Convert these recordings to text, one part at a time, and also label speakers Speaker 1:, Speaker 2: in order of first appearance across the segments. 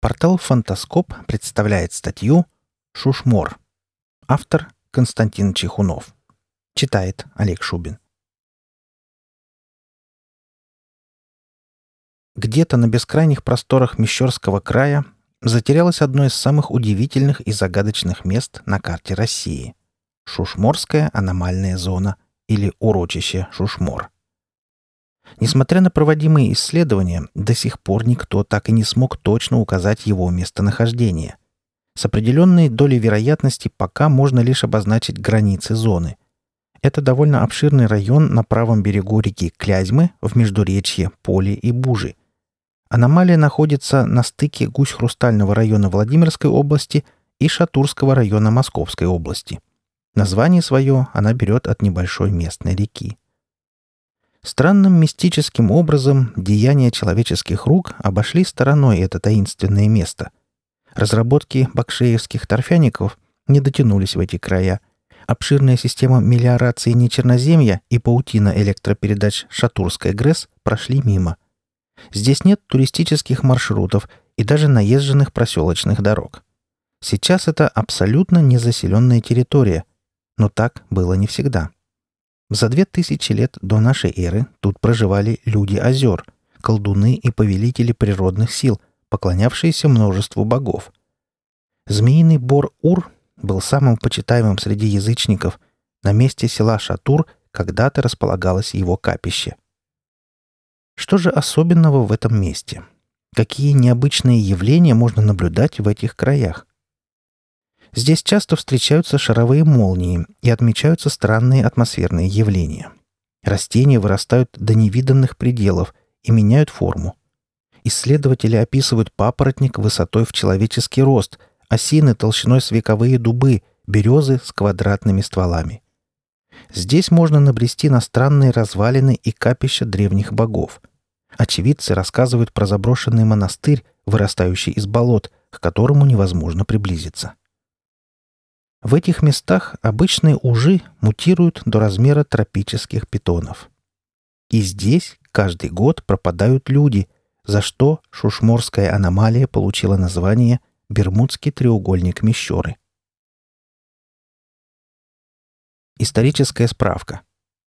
Speaker 1: Портал «Фантаскоп» представляет статью «Шушмор». Автор Константин Чехунов. Читает Олег Шубин. Где-то на бескрайних просторах Мещерского края затерялось одно из самых удивительных и загадочных мест на карте России — Шушморская аномальная зона или урочище Шушмор. Несмотря на проводимые исследования, до сих пор никто так и не смог точно указать его местонахождение. С определенной долей вероятности пока можно лишь обозначить границы зоны. Это довольно обширный район на правом берегу реки Клязьмы в междуречье Поли и Бужи. Аномалия находится на стыке Гусь-Хрустального района Владимирской области и Шатурского района Московской области. Название свое она берет от небольшой местной реки. Странным мистическим образом деяния человеческих рук обошли стороной это таинственное место. Разработки бакшеевских торфяников не дотянулись в эти края. Обширная система мелиорации Нечерноземья и паутина электропередач Шатурская ГРЭС прошли мимо. Здесь нет туристических маршрутов и даже наезженных проселочных дорог. Сейчас это абсолютно незаселенная территория, но так было не всегда. За 2000 лет до нашей эры тут проживали люди озер, колдуны и повелители природных сил, поклонявшиеся множеству богов. Змеиный бор Ур был самым почитаемым среди язычников. На месте села Шатур когда-то располагалось его капище. Что же особенного в этом месте? Какие необычные явления можно наблюдать в этих краях? Здесь часто встречаются шаровые молнии и отмечаются странные атмосферные явления. Растения вырастают до невиданных пределов и меняют форму. Исследователи описывают папоротник высотой в человеческий рост, осины толщиной с вековые дубы, березы с квадратными стволами. Здесь можно набрести на странные развалины и капища древних богов. Очевидцы рассказывают про заброшенный монастырь, вырастающий из болот, к которому невозможно приблизиться. В этих местах обычные ужи мутируют до размера тропических питонов. И здесь каждый год пропадают люди, за что Шушморская аномалия получила название «Бермудский треугольник Мещеры». Историческая справка.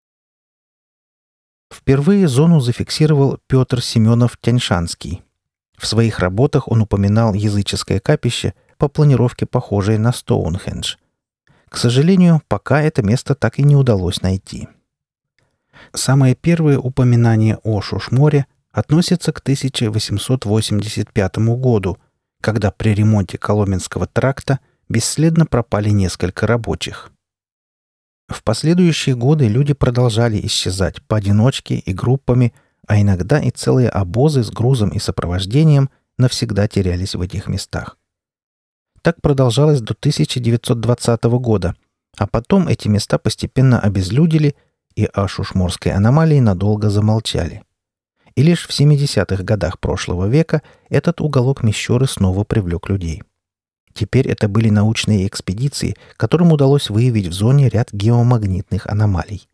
Speaker 1: Впервые зону зафиксировал Петр Семенов-Тяньшанский. В своих работах он упоминал языческое капище, по планировке похожее на Стоунхендж. К сожалению, пока это место так и не удалось найти. Самое первое упоминание о Шушморе относится к 1885 году, когда при ремонте Коломенского тракта бесследно пропали несколько рабочих. В последующие годы люди продолжали исчезать поодиночке и группами, а иногда и целые обозы с грузом и сопровождением навсегда терялись в этих местах. Так продолжалось до 1920 года, а потом эти места постепенно обезлюдили и о Шушморской аномалии надолго замолчали. И лишь в 70-х годах прошлого века этот уголок Мещеры снова привлек людей. Теперь это были научные экспедиции, которым удалось выявить в зоне ряд геомагнитных аномалий.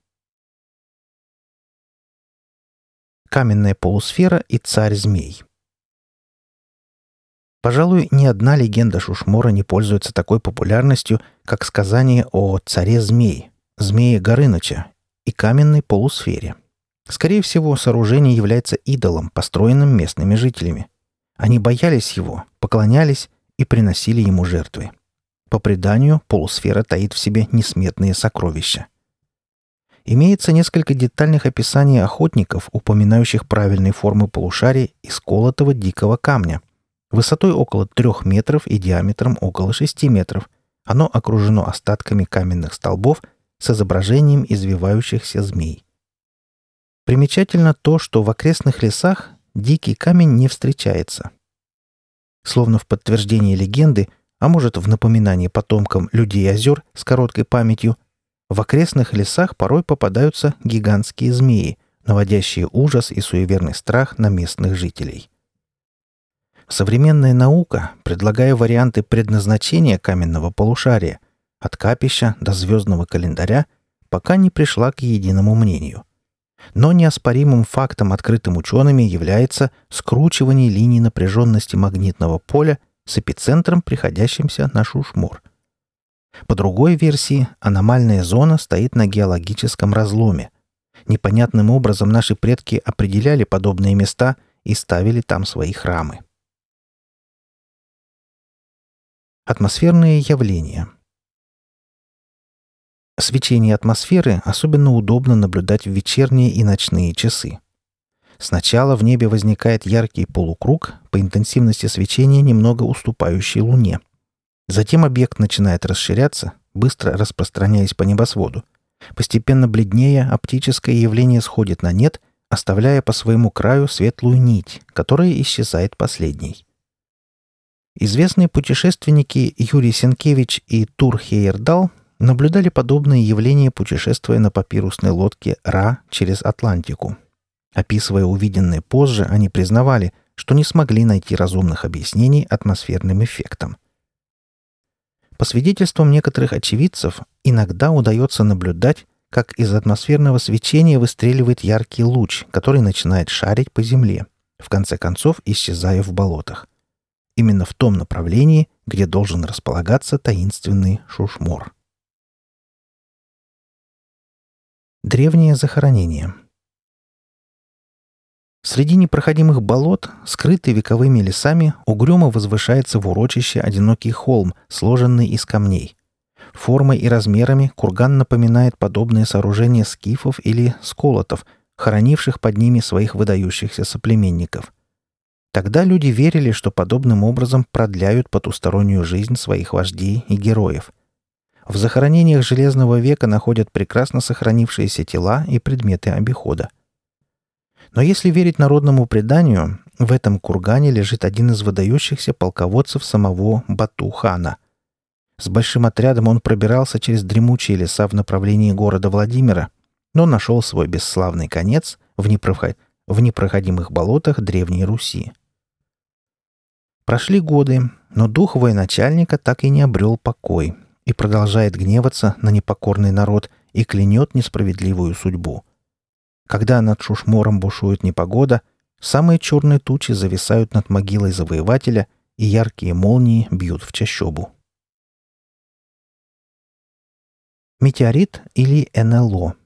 Speaker 1: Каменная полусфера и царь-змей. Пожалуй, ни одна легенда Шушмора не пользуется такой популярностью, как сказание о царе-змей, змее Горыныча и каменной полусфере. Скорее всего, сооружение является идолом, построенным местными жителями. Они боялись его, поклонялись и приносили ему жертвы. По преданию, полусфера таит в себе несметные сокровища. Имеется несколько детальных описаний охотников, упоминающих правильные формы полушарий из колотого дикого камня. Высотой около 3 метров и диаметром около 6 метров. Оно окружено остатками каменных столбов с изображением извивающихся змей. Примечательно то, что в окрестных лесах дикий камень не встречается. Словно в подтверждение легенды, а может в напоминание потомкам людей озер с короткой памятью, в окрестных лесах порой попадаются гигантские змеи, наводящие ужас и суеверный страх на местных жителей. Современная наука, предлагая варианты предназначения каменного полушария, от капища до звездного календаря, пока не пришла к единому мнению. Но неоспоримым фактом, открытым учеными, является скручивание линий напряженности магнитного поля с эпицентром, приходящимся на Шушмор. По другой версии, аномальная зона стоит на геологическом разломе. Непонятным образом наши предки определяли подобные места и ставили там свои храмы. Атмосферные явления. Свечение атмосферы особенно удобно наблюдать в вечерние и ночные часы. Сначала в небе возникает яркий полукруг, по интенсивности свечения немного уступающий Луне. Затем объект начинает расширяться, быстро распространяясь по небосводу. Постепенно бледнее, оптическое явление сходит на нет, оставляя по своему краю светлую нить, которая исчезает последней. Известные путешественники Юрий Сенкевич и Тур Хейердал наблюдали подобные явления, путешествуя на папирусной лодке Ра через Атлантику. Описывая увиденное позже, они признавали, что не смогли найти разумных объяснений атмосферным эффектам. По свидетельствам некоторых очевидцев, иногда удается наблюдать, как из атмосферного свечения выстреливает яркий луч, который начинает шарить по Земле, в конце концов исчезая в болотах. Именно в том направлении, где должен располагаться таинственный Шушмор. Древнее захоронение. Среди непроходимых болот, скрытый вековыми лесами, угрюмо возвышается в урочище одинокий холм, сложенный из камней. Формой и размерами курган напоминает подобные сооружения скифов или сколотов, хоронивших под ними своих выдающихся соплеменников. Тогда люди верили, что подобным образом продляют потустороннюю жизнь своих вождей и героев. В захоронениях Железного века находят прекрасно сохранившиеся тела и предметы обихода. Но если верить народному преданию, в этом кургане лежит один из выдающихся полководцев самого Бату-хана. С большим отрядом он пробирался через дремучие леса в направлении города Владимира, но нашел свой бесславный конец в непроходимых болотах Древней Руси. Прошли годы, но дух военачальника так и не обрел покой и продолжает гневаться на непокорный народ и клянет несправедливую судьбу. Когда над Шушмором бушует непогода, самые черные тучи зависают над могилой завоевателя, и яркие молнии бьют в чащобу. Метеорит или НЛО.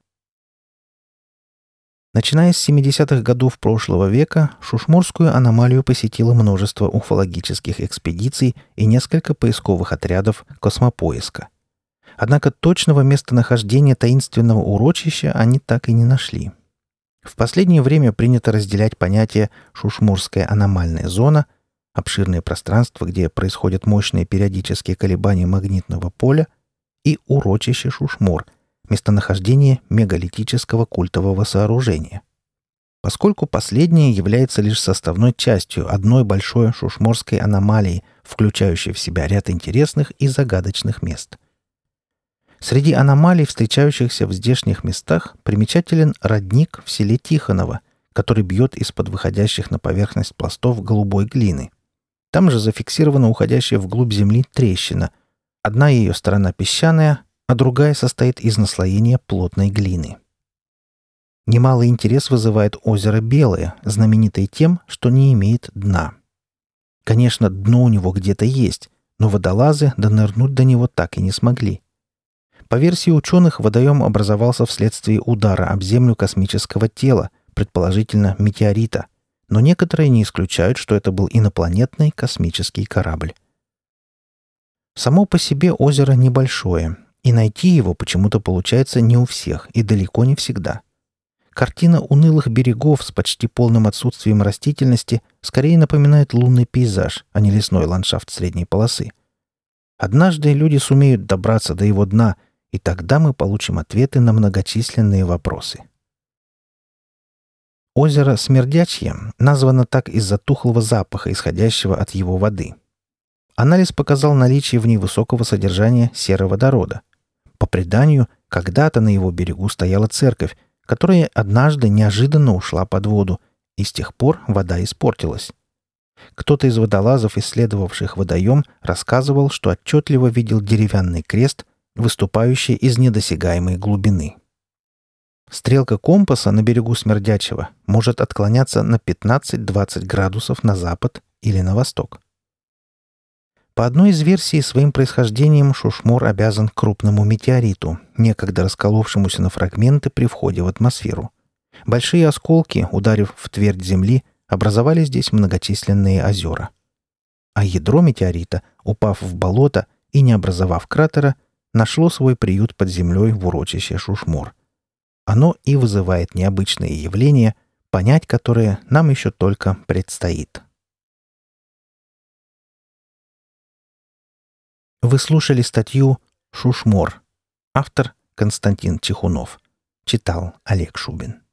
Speaker 1: Начиная с 70-х годов прошлого века, Шушморскую аномалию посетило множество уфологических экспедиций и несколько поисковых отрядов космопоиска. Однако точного местонахождения таинственного урочища они так и не нашли. В последнее время принято разделять понятие «Шушморская аномальная зона» — обширное пространство, где происходят мощные периодические колебания магнитного поля, и урочище Шушмор — местонахождение мегалитического культового сооружения. Поскольку последнее является лишь составной частью одной большой шушморской аномалии, включающей в себя ряд интересных и загадочных мест. Среди аномалий, встречающихся в здешних местах, примечателен родник в селе Тихоново, который бьет из-под выходящих на поверхность пластов голубой глины. Там же зафиксирована уходящая вглубь земли трещина. Одна ее сторона песчаная, а другая состоит из наслоения плотной глины. Немалый интерес вызывает озеро Белое, знаменитое тем, что не имеет дна. Конечно, дно у него где-то есть, но водолазы донырнуть до него так и не смогли. По версии ученых, водоем образовался вследствие удара об Землю космического тела, предположительно метеорита, но некоторые не исключают, что это был инопланетный космический корабль. Само по себе озеро небольшое, и найти его почему-то получается не у всех и далеко не всегда. Картина унылых берегов с почти полным отсутствием растительности скорее напоминает лунный пейзаж, а не лесной ландшафт средней полосы. Однажды люди сумеют добраться до его дна, и тогда мы получим ответы на многочисленные вопросы. Озеро Смердячье названо так из-за тухлого запаха, исходящего от его воды. Анализ показал наличие в ней высокого содержания сероводорода. По преданию, когда-то на его берегу стояла церковь, которая однажды неожиданно ушла под воду, и с тех пор вода испортилась. Кто-то из водолазов, исследовавших водоем, рассказывал, что отчетливо видел деревянный крест, выступающий из недосягаемой глубины. Стрелка компаса на берегу Смердячего может отклоняться на 15-20 градусов на запад или на восток. По одной из версий, своим происхождением Шушмор обязан крупному метеориту, некогда расколовшемуся на фрагменты при входе в атмосферу. Большие осколки, ударив в твердь Земли, образовали здесь многочисленные озера. А ядро метеорита, упав в болото и не образовав кратера, нашло свой приют под землей в урочище Шушмор. Оно и вызывает необычные явления, понять которые нам еще только предстоит. Вы слушали статью «Шушмор». Автор Константин Чехунов. Читал Олег Шубин.